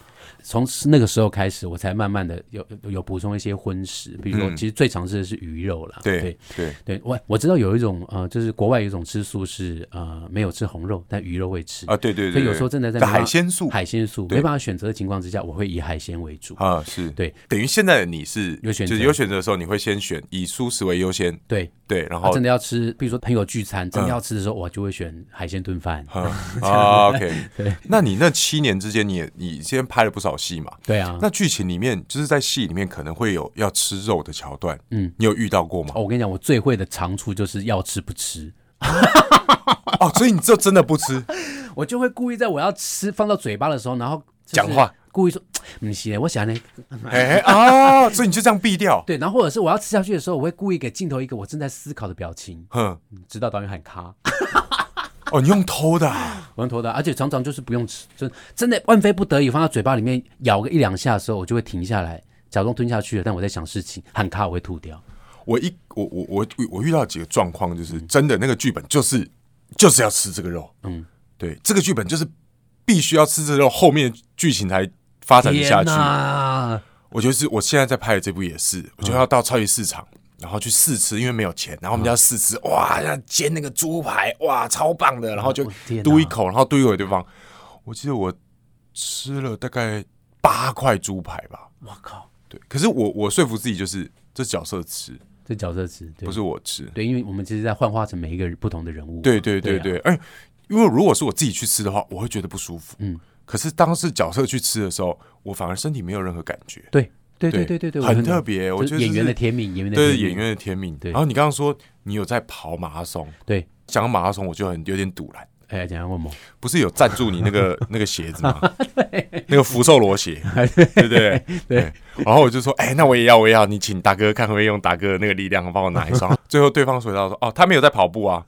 S3: 从那个时候开始，我才慢慢的有补充一些荤食，比如说，其实最常吃的是鱼肉啦。
S1: 对，
S3: 我知道有一种就是国外有一种吃素是没有吃红肉，但鱼肉会吃
S1: 啊。对，
S3: 所以有时候真的在
S1: 海鲜素
S3: 没办法选择的情况之下，我会以海鲜为主
S1: 啊。是
S3: 对，
S1: 等于现在的你是
S3: 有选择，
S1: 就是有选择的时候，你会先选以素食为优先。
S3: 对，
S1: 然后
S3: 真的要吃，比如说朋友聚餐，真的要吃的时候，我就会选海鲜炖饭。
S1: OK， 对。那你那7年之间，你先拍了不少戏嘛？
S3: 对啊。
S1: 那剧情里面，就是在戏里面可能会有要吃肉的桥段，你有遇到过吗？
S3: 我跟你讲，我最会的长处就是要吃不吃。
S1: 所以你这真的不吃？
S3: 我就会故意在我要吃放到嘴巴的时候，然后
S1: 讲话，
S3: 故意说不是，我想呢，
S1: 所以你就这样避掉。
S3: 对，然后或者是我要吃下去的时候，我会故意给镜头一个我正在思考的表情，直到导演喊卡。
S1: 你用偷的
S3: 我用偷的，而且常常就是不用吃，真的万非不得已放到嘴巴里面咬个1-2下的时候，我就会停下来，假装吞下去了，但我在想事情，喊卡我会吐掉。我
S1: 遇到几个状况，就是真的那个剧本就是要吃这个肉，对，这个剧本就是必须要吃这个肉，后面剧情才发展下去。我觉得是我现在在拍的这部也是，我就要到超级市场。然后去试吃，因为没有钱，然后我们就要试吃，哇，要煎那个猪排，哇，超棒的，然后就嘟一口，然后嘟一口给对方。我记得我吃了大概8块猪排吧，
S3: 我靠！
S1: 对，可是我说服自己就是这角色吃，不是我吃，
S3: 对，因为我们其实在幻化成每一个不同的人物，
S1: 对，因为如果是我自己去吃的话，我会觉得不舒服，可是当是角色去吃的时候，我反而身体没有任何感觉，
S3: 对，
S1: 很特别，我觉得
S3: 演员的天命，
S1: 对演员的天命。然后你刚刚说你有在跑马拉松，
S3: 对，
S1: 讲到马拉松我就有点堵然。
S3: 怎样问我？
S1: 不是有赞助你那个鞋子吗？对，那个福寿螺鞋，对不对？对。然后我就说，那我也要，你请大哥看会不会用大哥的那个力量帮我拿一双。最后对方回答说，他没有在跑步啊。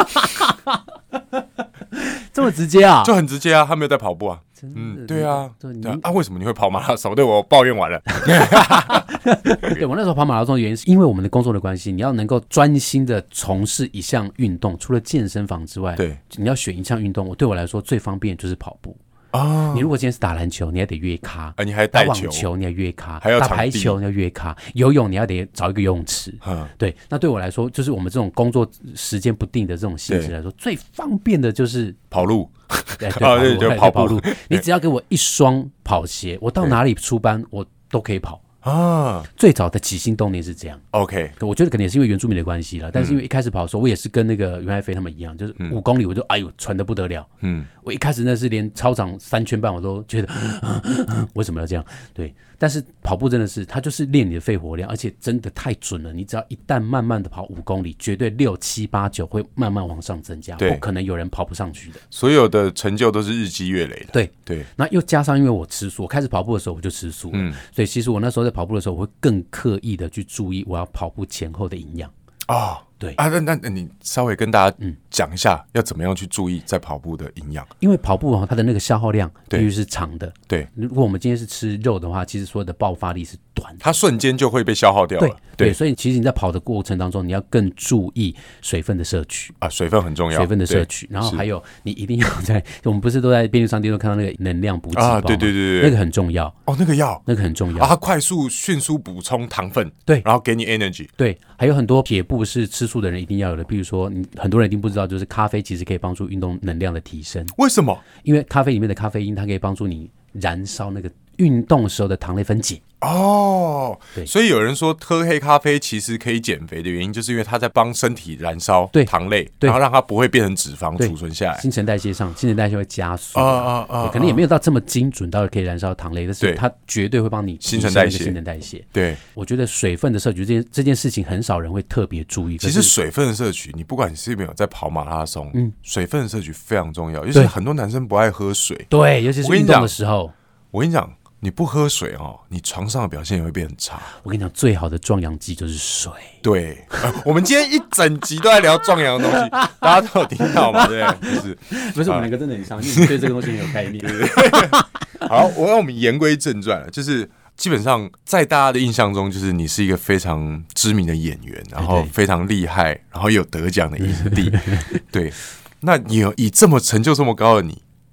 S3: 这么直接啊？
S1: 就很直接啊，他没有在跑步啊。对啊，为什么你会跑马拉松？对，我抱怨完了。
S3: 对，我那时候跑马拉松的原因是因为我们的工作的关系，你要能够专心的从事一项运动，除了健身房之外，
S1: 对，
S3: 你要选一项运动，对我来说最方便就是跑步。你如果今天是打篮球，你还得约咖；
S1: 你还打
S3: 网球，你要约咖；
S1: 还要
S3: 打排球，你要约咖；游泳，你要得找一个游泳池。对，那对我来说，就是我们这种工作时间不定的这种性质来说，最方便的就是
S1: 跑路。
S3: 对，跑路。你只要给我一双跑鞋，我到哪里出班，我都可以跑。最早的起心动念是这样。
S1: OK，
S3: 我觉得可能也是因为原住民的关系啦，但是因为一开始跑的时候，我也是跟那个袁爱飞他们一样，就是5公里我就喘得不得了。我一开始那是连操场3圈半我都觉得为什么要这样？对，但是跑步真的是它就是练你的肺活量，而且真的太准了。你只要一旦慢慢的跑5公里，绝对6、7、8、9会慢慢往上增加，不可能有人跑不上去的。
S1: 所有的成就都是日积月累的。对，
S3: 那又加上因为我吃素，我开始跑步的时候我就吃素了，所以其实我那时候在跑步的时候，我会更刻意的去注意我要跑步前后的营养。对
S1: 那你稍微跟大家讲一下，要怎么样去注意在跑步的营养？
S3: 因为跑步它的那个消耗量必须是长的。
S1: 对，
S3: 如果我们今天是吃肉的话，其实所有的爆发力是短的，
S1: 它瞬间就会被消耗掉了。
S3: 对，所以其实你在跑的过程当中，你要更注意水分的摄取
S1: 水分很重要，
S3: 水分的摄取，然后还有你一定要我们不是都在便利商店都看到那个能量补给包吗？
S1: 对，
S3: 那个很重要。
S1: 那个很重要。它快速迅速补充糖分，
S3: 对，
S1: 然后给你 energy。
S3: 对，还有很多撇步是吃素的人一定要有的，比如说很多人一定不知道，就是咖啡其实可以帮助运动能量的提升。
S1: 为什么？
S3: 因为咖啡里面的咖啡因，它可以帮助你燃烧那个运动时候的糖类分解。
S1: 所以有人说喝黑咖啡其实可以减肥的原因，就是因为它在帮身体燃烧糖类，然后让它不会变成脂肪储存下来。
S3: 新陈代谢会加速。可能也没有到这么精准到可以燃烧糖类，但是它绝对会帮你
S1: 新陈代谢。对，
S3: 我觉得水分的摄取这件事情很少人会特别注意。
S1: 其实水分的摄取，你不管你是没有在跑马拉松，水分的摄取非常重要。尤其很多男生不爱喝水，
S3: 对，尤其是运动的时候。
S1: 我跟你讲。你不喝水你床上的表现也会变很差。
S3: 我跟你讲，最好的壮阳剂就是水。
S1: 对，我们今天一整集都在聊壮阳的东西，大家都有听到嘛？对，
S3: 不是我们两个真的很像，因为你对这个东西很有概念。
S1: 好，我们言归正传了，就是基本上在大家的印象中，就是你是一个非常知名的演员，然后非常厉害，然后有得奖的影帝。对，那你以这么成就这么高的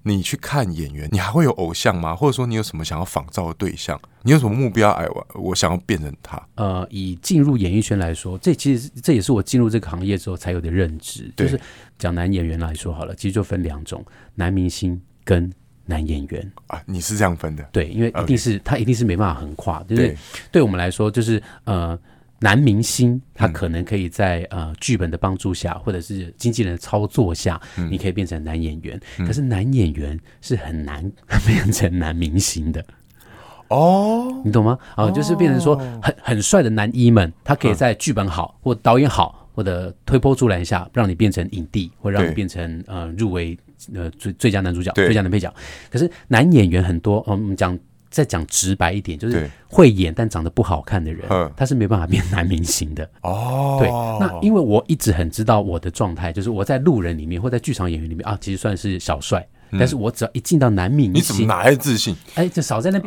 S1: 你去看演员，你还会有偶像吗？或者说你有什么想要仿照的对象？你有什么目标？我想要变成他。
S3: 以进入演艺圈来说，其实这也是我进入这个行业之后才有的认知。就是讲男演员来说好了，其实就分2种：男明星跟男演员
S1: 啊。你是这样分的？
S3: 对，因为他一定是没办法横跨，就是对我们来说，就是男明星他可能可以在剧本的帮助下，或者是经纪人的操作下，你可以变成男演员。可是男演员是很难变成男明星的。你懂吗？就是变成说很帅的男一们，他可以在剧本好或导演好或者推波助澜下，让你变成影帝，或让你变成入围最佳男主角、最佳男配角。可是男演员很多，我们再讲直白一点，就是会演但长得不好看的人，他是没办法变男明星的。对，那因为我一直很知道我的状态，就是我在路人里面或在剧场演员里面其实算是小帅。但是我只要一进到男明星，
S1: 你怎么哪来的自信？
S3: 就少在那边。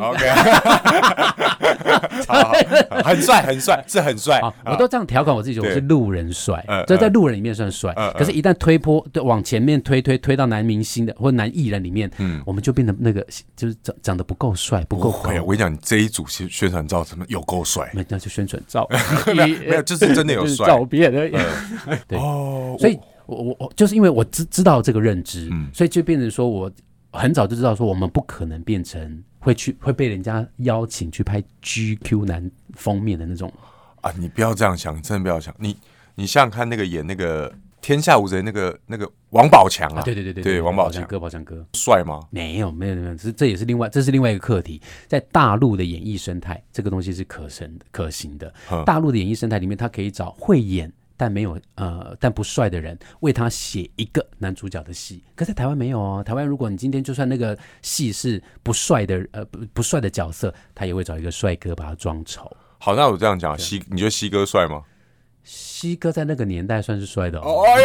S1: 很帅，很帅，是很帅。
S3: 我都这样调侃我自己，我是路人帅，就在路人里面算帅。可是，一旦推波往前面推到男明星的或男艺人里面，我们就变得那个就是长得不够帅，不够高。
S1: 我跟你讲，你这一组宣传照怎么有够帅？
S3: 那就宣传照，
S1: 没有，就是真的有帅
S3: 照片而已。对，所以。我就是因为我知道这个认知，所以就变成说我很早就知道说我们不可能变成会被人家邀请去拍 GQ 男封面的那种
S1: 啊！你不要这样想，你真的不要想。你想想看，那个演那个《天下无贼》那个王宝强啊，对，王宝强哥帅吗？没有，这也是这是另外一个课题。在大陆的演艺生态，这个东西是可行的。大陆的演艺生态里面，他可以找会演。但不帅的人为他写一个男主角的戏，可是在台湾没有哦。台湾如果你今天就算那个戏是不帅的角色，他也会找一个帅哥把他装丑。 好，那我这样讲，你觉得西哥帅吗？
S3: 西哥在那个年代算是帅的
S1: 哎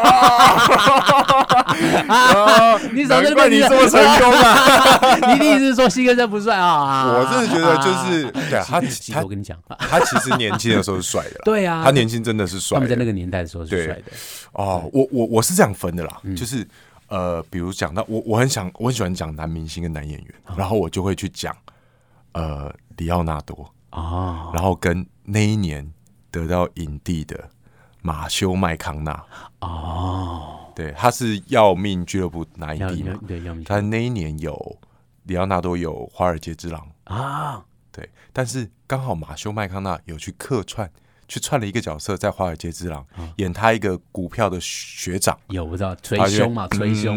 S1: 呦！
S3: 你少在那边，
S1: 难怪你这么成功啊！
S3: 你的意思是说西哥真不帅啊？
S1: 我真的觉得就是对他，
S3: 我跟你讲，
S1: 他其实年轻的时候是帅的啦。
S3: 对啊，
S1: 他年轻真的是帅的。
S3: 他们在那个年代的时候是帅的。
S1: 我是这样分的啦，就是比如讲到我很喜欢讲男明星跟男演员，然后我就会去讲里奥纳多然后跟那一年得到影帝的马修麦康纳对，他是要命俱乐部拿影帝嘛，
S3: 对，要命。
S1: 他那一年里奥纳多有《华尔街之狼》对，但是刚好马修麦康纳有去去串了一个角色，在《华尔街之狼》演他一个股票的学长，
S3: 我知道捶胸嘛，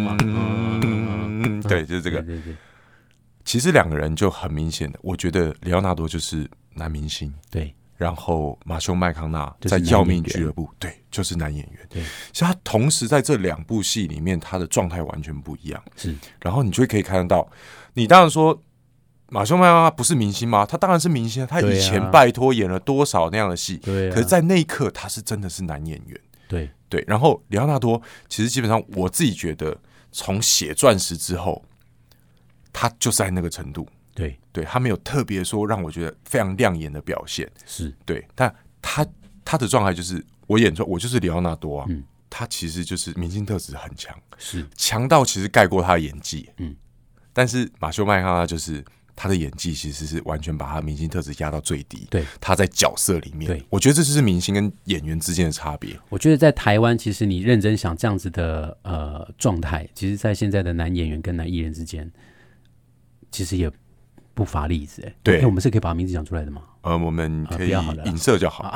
S1: 对，就是这个。
S3: 对。
S1: 其实两个人就很明显的，我觉得里奥纳多就是男明星，
S3: 对。
S1: 然后马修麦康纳在《要命俱乐部》对，就是男演员。
S3: 对，
S1: 所以他同时在这2部戏里面，他的状态完全不一样。
S3: 是，
S1: 然后你就可以看得到，你当然说马修麦康纳不是明星吗？他当然是明星，他以前拜托演了多少那样的戏。
S3: 对，
S1: 可是在那一刻，他是真的是男演员。对。然后里奥纳多其实基本上我自己觉得，从写《钻石》之后，他就是在那个程度。对，他没有特别说让我觉得非常亮眼的表现，
S3: 是
S1: 对，但他的状态就是我演出我就是里奥纳多啊，他其实就是明星特质很强，
S3: 是
S1: 强到其实盖过他的演技，但是马修麦康纳就是他的演技其实是完全把他明星特质压到最低，
S3: 对，
S1: 他在角色里面，对，我觉得这就是明星跟演员之间的差别。
S3: 我觉得在台湾，其实你认真想这样子的状态，其实在现在的男演员跟男艺人之间，其实也不乏例子，对，我们是可以把名字讲出来的吗？
S1: 我们可以影射就好。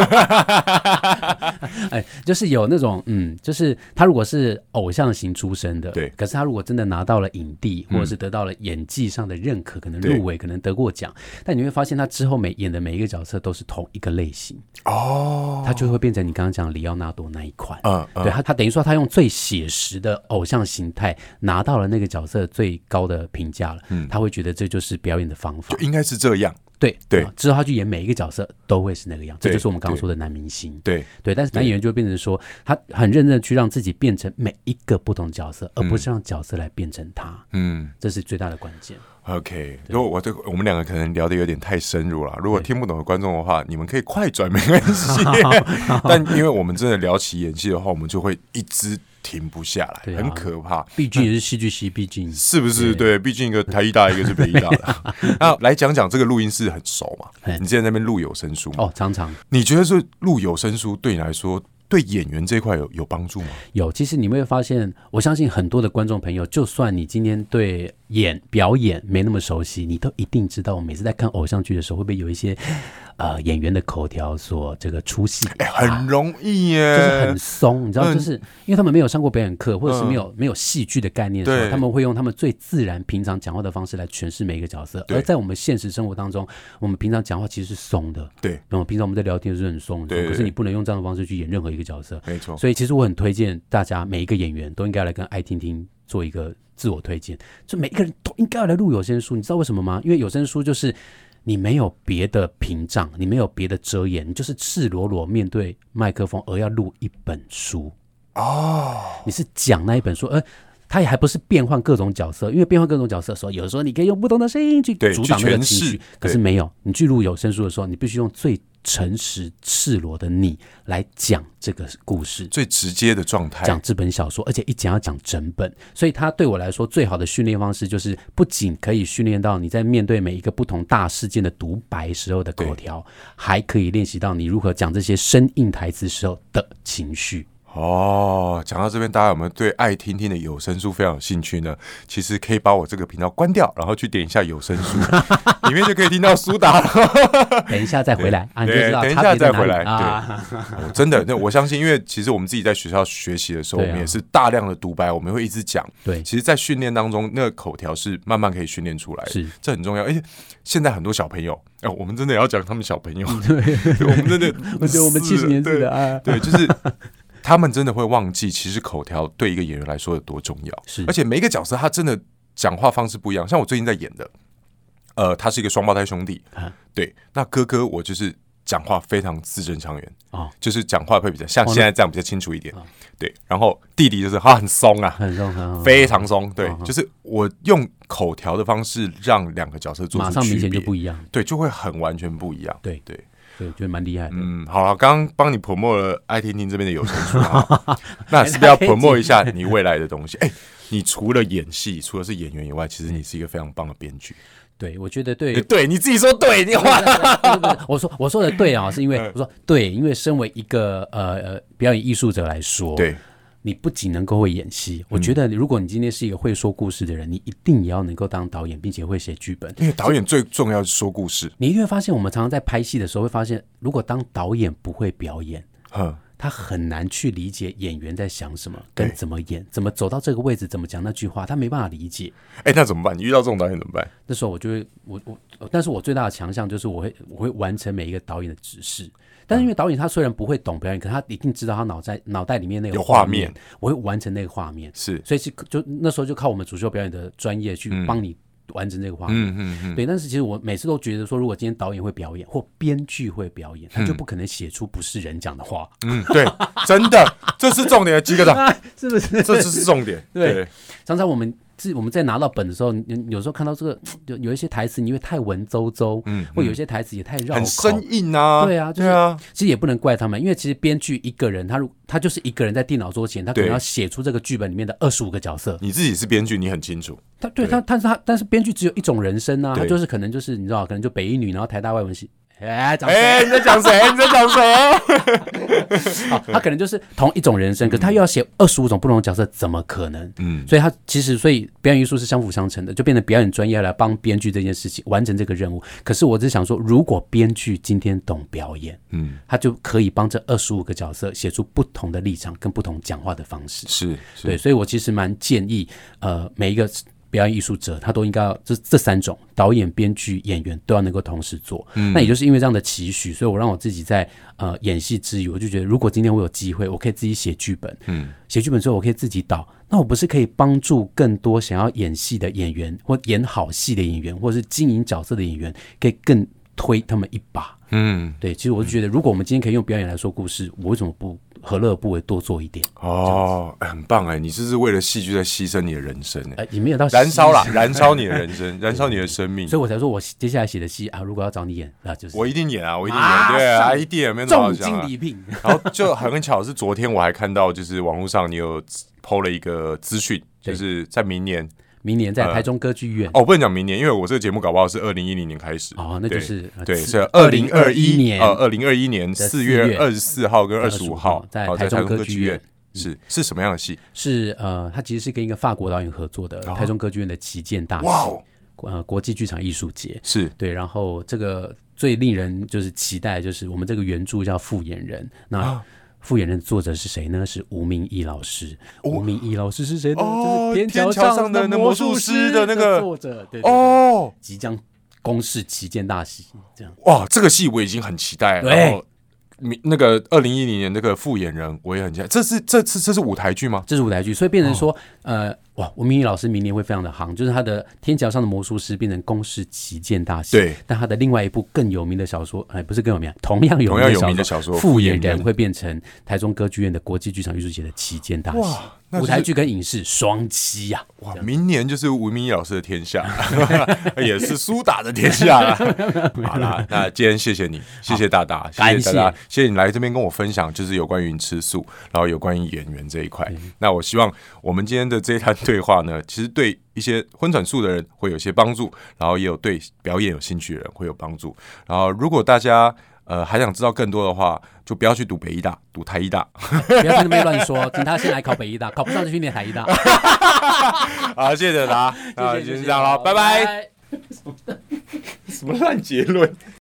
S3: 就是有那种，就是他如果是偶像型出身的，
S1: 对，
S3: 可是他如果真的拿到了影帝，或者是得到了演技上的认可，可能入围，可能得过奖，但你会发现他之后演的每一个角色都是同一个类型他就会变成你刚刚讲里奥纳多那一款，对，他等于说他用最写实的偶像形态拿到了那个角色最高的评价了，他会觉得这就是表演的方法，
S1: 就应该是这样。
S3: 对，之后他去演每一个角色都会是那个样，这就是我们刚刚说的男明星。对，但是男演员就会变成说，他很认真的去让自己变成每一个不同的角色，而不是让角色来变成他。这是最大的关键。
S1: OK， 如果我们两个可能聊得有点太深入了，如果听不懂的观众的话，你们可以快转没关系。但因为我们真的聊起演戏的话，我们就会一直停不下来，
S3: 对啊
S1: 很可怕。
S3: 毕竟也是戏剧系，毕竟
S1: 是不是？对，毕竟一个台艺大，一个是北艺大的。那来讲讲这个录音室很熟嘛？你之前在那边录有声书
S3: 哦，常常
S1: 你觉得是录有声书对你来说，对演员这一块有帮助吗？
S3: 有，其实你会发现，我相信很多的观众朋友，就算你今天对表演没那么熟悉，你都一定知道，我每次在看偶像剧的时候，会不会有一些演员的口条所这个出戏？
S1: 很容易耶，
S3: 就是很松，你知道，就是因为他们没有上过表演课，或者是没有戏剧的概念的时候，他们会用他们最自然、平常讲话的方式来诠释每一个角色。而在我们现实生活当中，我们平常讲话其实是松的，对，平常我们在聊天是很松的，可是你不能用这样的方式去演任何一个角色，
S1: 没错。
S3: 所以其实我很推荐大家，每一个演员都应该来跟爱听听做一个自我推荐，就每一个人都应该要来录有声书。你知道为什么吗？因为有声书就是你没有别的屏障，你没有别的遮掩，你就是赤裸裸面对麦克风，而要录一本书哦。你是讲那一本书，它也还不是变换各种角色，因为变换各种角色的时候，有的时候你可以用不同的声音去阻挡那个情绪，可是没有，你去录有声书的时候，你必须用最诚实赤裸的你来讲这个故事，
S1: 最直接的状态，
S3: 讲这本小说，而且一讲要讲整本。所以它对我来说最好的训练方式，就是不仅可以训练到你在面对每一个不同大事件的独白时候的口条，还可以练习到你如何讲这些生硬台词时候的情绪。
S1: 讲到这边，大家有没有对爱听听的有声书非常有兴趣呢？其实可以把我这个频道关掉，然后去点一下有声书，里面就可以听到苏打了。
S3: 等一下再回来啊，你就知道
S1: 等一下再回来。
S3: 啊、
S1: 对，真的，我相信，因为其实我们自己在学校学习的时候，我们也是大量的独白，我们会一直讲。对，其实，在训练当中，那个口条是慢慢可以训练出来的，是这很重要。而且现在很多小朋友，我们真的也要讲他们小朋友，对，我们真的，
S3: 我觉得我们70年次的啊，
S1: 对，就是。他们真的会忘记，其实口条对一个演员来说有多重要。是，而且每一个角色他真的讲话方式不一样。像我最近在演的，他是一个双胞胎兄弟，对，那哥哥我就是讲话非常字正腔圆，就是讲话会比较像现在这样比较清楚一点，对。然后弟弟就是他很松啊，很松，非常松，对，就是我用口条的方式让两个角色做出区别，马上
S3: 明显就不一样，
S1: 对，就会很完全不一样，对。
S3: 对，觉得蛮厉害的。
S1: 好了，刚刚帮你 promote 了爱听听这边的有声书那是不是要 promote 一下你未来的东西？你除了演戏，除了是演员以外，其实你是一个非常棒的编剧。
S3: 对，我觉得对
S1: 你自己说对，你话
S3: 我说的对啊，是因为我说对，因为身为一个表演艺术者来说，对。你不仅能够会演戏，我觉得如果你今天是一个会说故事的人，你一定也要能够当导演，并且会写剧本。
S1: 因为导演最重要是说故事。
S3: 你会发现，我们常常在拍戏的时候会发现，如果当导演不会表演，他很难去理解演员在想什么，跟怎么演，怎么走到这个位置，怎么讲那句话，他没办法理解。
S1: 那怎么办？你遇到这种导演怎么办？
S3: 那时候我就会但是我最大的强项就是我会完成每一个导演的指示。但是因为导演他虽然不会懂表演，可是他一定知道他脑袋里面那个画面，我会完成那个画面，是，所以就那时候就靠我们主修表演的专业去帮你完成这个画面，对。但是其实我每次都觉得说，如果今天导演会表演或编剧会表演，他就不可能写出不是人讲的话。
S1: 对，真的，这是重点，几个的，
S3: 是不是？
S1: 这是重点。对，
S3: 常常我们在拿到本的时候，有时候看到这个有一些台词，你因为太文绉绉，或有一些台词也太绕口，
S1: 很生硬啊。
S3: 对啊，就是其实也不能怪他们，因为其实编剧一个人，他就是一个人在电脑桌前，他可能要写出这个剧本里面的25个角色。
S1: 你自己是编剧，你很清楚。
S3: 但是编剧只有一种人生啊，他就是可能就是你知道，可能就北一女，然后台大外文系。
S1: 你在讲谁？
S3: 他可能就是同一种人生，可是他又要写25种不同的角色，怎么可能？所以表演艺术是相辅相成的，就变成表演专业来帮编剧这件事情完成这个任务。可是我只想说，如果编剧今天懂表演，他就可以帮这25个角色写出不同的立场跟不同讲话的方式。是，对，所以我其实蛮建议，每一个表演艺术者他都应该要这3种，导演、编剧、演员都要能够同时做。那也就是因为这样的期许，所以我让我自己在演戏之余，我就觉得如果今天我有机会，我可以自己写剧本，写剧本之后我可以自己导，那我不是可以帮助更多想要演戏的演员，或演好戏的演员，或是经营角色的演员，可以更推他们一把。对，其实我就觉得，如果我们今天可以用表演来说故事，我为什么不何乐而不为多做一点？
S1: 很棒你是为了戏剧在牺牲你的人生
S3: 也没有到
S1: 燃烧你的人生，燃烧你的生命，
S3: 所以我才说我接下来写的戏如果要找你演，那就是
S1: 我一定演，对啊，一定也没有那么好讲
S3: 重金礼聘。
S1: 然后就很巧是昨天我还看到，就是网络上你有 PO 了一个资讯，就是在明年
S3: 在台中歌剧院。
S1: 不能讲明年，因为我这个节目搞不好是2010年开始。
S3: 那就是
S1: 对，是2021
S3: 年
S1: 2021年4月24号跟25号
S3: 在台中歌剧院。
S1: 是什么样的戏？
S3: 是它其实是跟一个法国导演合作的台中歌剧院的旗舰大戏。国际剧场艺术节
S1: 是
S3: 对，然后这个最令人就是期待的就是我们这个原著叫《复眼人》，那复眼人作者是谁呢？是吴明义老师。吴明义老师是谁呢？就是天桥上的魔术师的那个作者。对，即将公视旗舰大戏，这样。
S1: 哇，这个戏我已经很期待了。
S3: 对。
S1: 那个2010年那个复眼人我也很期待，这是舞台剧吗？
S3: 这是舞台剧，所以变成说，吴明义老师明年会非常的夯，就是他的《天桥上的魔术师》变成公视旗舰大戏。
S1: 对，
S3: 但他的另外一部更有名的小说，不是更有名，同样有名的小说《复眼人》会变成台中歌剧院的国际剧场艺术节的旗舰大戏。舞台剧跟影视双栖呀！
S1: 哇，明年就是吴明义老师的天下，也是苏打的天下啦。好啦，那今天谢谢你，谢谢大大，谢谢大大，谢谢你来这边跟我分享，就是有关于吃素，然后有关于演员这一块。那我希望我们今天的这一摊对话呢，其实对一些荤转素的人会有些帮助，然后也有对表演有兴趣的人会有帮助。然后如果大家还想知道更多的话，就不要去读北医大，读台医大。
S3: 不要在那边乱说，请他先来考北医大，考不上就去念台医大。
S1: 好，谢谢大家，那就这样咯，拜拜。什么烂结论？